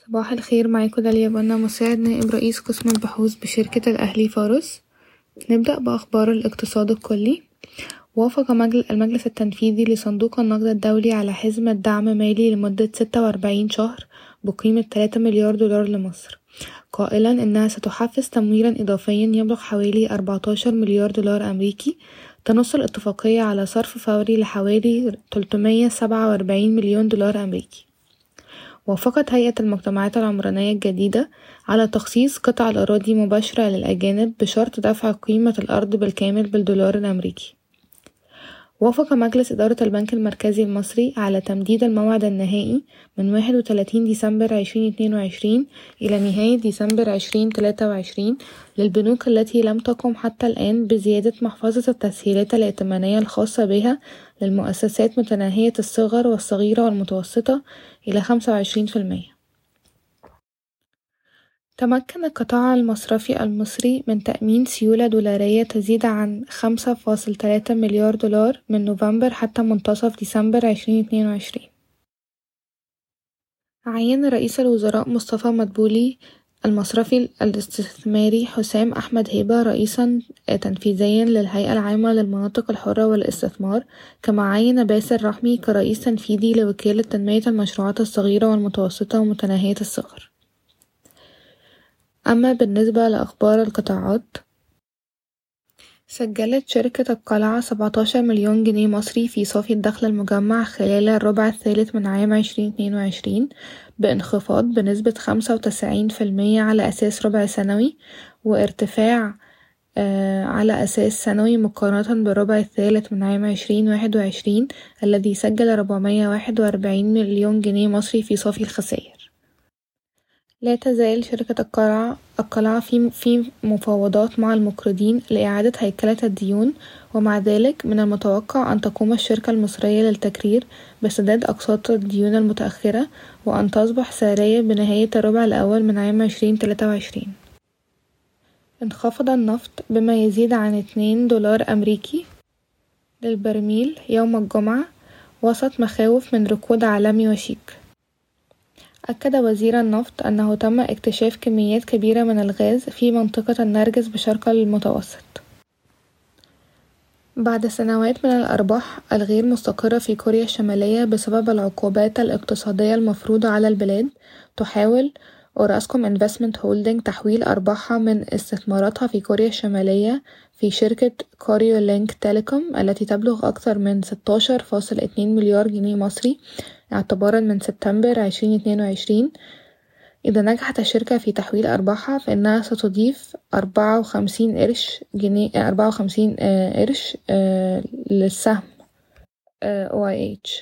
صباح الخير، معاكم داليا بنا، مساعد نائب رئيس قسم البحوث بشركة الأهلي فارس. نبدأ بأخبار الاقتصاد الكلي. وافق المجلس التنفيذي لصندوق النقد الدولي على حزمة دعم مالي لمدة 46 شهر بقيمة 3 مليار دولار لمصر، قائلا إنها ستحفز تمويلا إضافيا يبلغ حوالي 14 مليار دولار أمريكي. تنص الاتفاقية على صرف فوري لحوالي 347 مليون دولار أمريكي. وافقت هيئة المجتمعات العمرانية الجديدة على تخصيص قطع الأراضي مباشرة للأجانب بشرط دفع قيمة الأرض بالكامل بالدولار الأمريكي. وافق مجلس إدارة البنك المركزي المصري على تمديد الموعد النهائي من 31 ديسمبر 2022 إلى نهاية ديسمبر 2023 للبنوك التي لم تقم حتى الآن بزيادة محفظة التسهيلات الائتمانية الخاصة بها للمؤسسات متناهية الصغر والصغيرة والمتوسطة إلى 25%. تمكن القطاع المصرفي المصري من تأمين سيولة دولارية تزيد عن 5.3 مليار دولار من نوفمبر حتى منتصف ديسمبر 2022. عين رئيس الوزراء مصطفى مدبولي المصرفي الاستثماري حسام أحمد هيبة رئيسا تنفيذيا للهيئة العامة للمناطق الحرة والاستثمار، كما عين باسل رحمي كرئيس تنفيذي لوكالة تنمية المشروعات الصغيرة والمتوسطة ومتناهية الصغر. أما بالنسبة لأخبار القطاعات، سجلت شركة القلعة 17 مليون جنيه مصري في صافي الدخل المجمع خلال الربع الثالث من عام 2022 بانخفاض بنسبة 95% على أساس ربع سنوي، وارتفاع على أساس سنوي مقارنة بالربع الثالث من عام 2021 الذي سجل 441 مليون جنيه مصري في صافي الخسائر. لا تزال شركة القلعة في مفاوضات مع المقرضين لإعادة هيكلة الديون، ومع ذلك من المتوقع أن تقوم الشركة المصرية للتكرير بسداد أقساط الديون المتأخرة وأن تصبح سارية بنهاية الربع الأول من عام 2023. انخفض النفط بما يزيد عن 2 دولار أمريكي للبرميل يوم الجمعة وسط مخاوف من ركود عالمي وشيك. أكد وزير النفط أنه تم اكتشاف كميات كبيرة من الغاز في منطقة النرجس بشرق المتوسط. بعد سنوات من الأرباح الغير مستقرة في كوريا الشمالية بسبب العقوبات الاقتصادية المفروضة على البلاد، تحاول أوراسكوم انفستمنت هولدنج تحويل أرباحها من استثماراتها في كوريا الشمالية في شركة كوريو لينك تيليكوم التي تبلغ أكثر من 16.2 مليار جنيه مصري اعتبارا من سبتمبر 2022. إذا نجحت الشركة في تحويل أرباحها فإنها ستضيف 54 قرش للسهم OIH.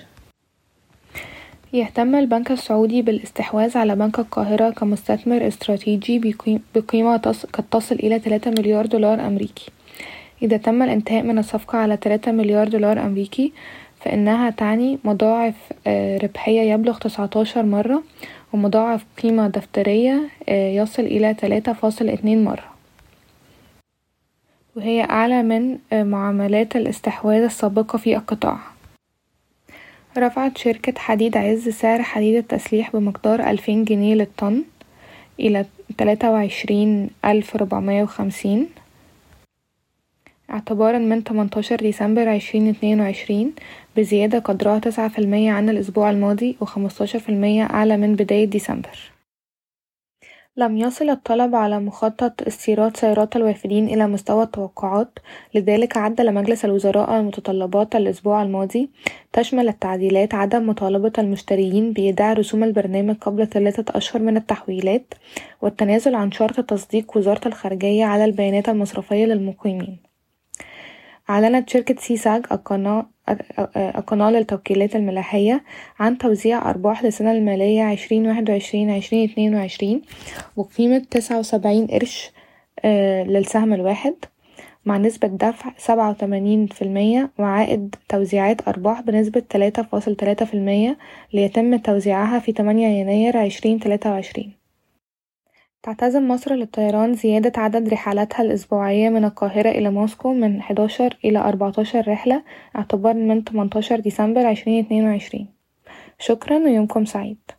يهتم البنك السعودي بالاستحواذ على بنك القاهرة كمستثمر استراتيجي بقيمة قد تصل إلى 3 مليار دولار أمريكي. إذا تم الانتهاء من الصفقة على 3 مليار دولار أمريكي فإنها تعني مضاعف ربحية يبلغ 19 مرة ومضاعف قيمة دفترية يصل إلى 3.2 مرة، وهي أعلى من معاملات الاستحواذ السابقة في القطاع. رفعت شركة حديد عز سعر حديد التسليح بمقدار 2000 جنيه للطن إلى 23,450 اعتبارا من 18 ديسمبر 2022 بزيادة قدرها 9% عن الأسبوع الماضي و15% أعلى من بداية ديسمبر. لم يصل الطلب على مخطط استيراد سيارات الوافدين إلى مستوى التوقعات، لذلك عدل مجلس الوزراء المتطلبات الأسبوع الماضي. تشمل التعديلات عدم مطالبة المشتريين بإيداع رسوم البرنامج قبل 3 أشهر من التحويلات، والتنازل عن شرط تصديق وزارة الخارجية على البيانات المصرفية للمقيمين. أعلنت شركة سيساج القناة للتوكيلات الملاحية عن توزيع أرباح للسنة المالية 2021-2022 بقيمة 79 قرش للسهم الواحد، مع نسبة دفع 87% وعائد توزيعات أرباح بنسبة 3.3% ليتم توزيعها في 8 يناير 2023. تعتزم مصر للطيران زيادة عدد رحلاتها الأسبوعية من القاهرة إلى موسكو من 11 إلى 14 رحلة اعتبارا من 18 ديسمبر 2022. شكرا ويومكم سعيد.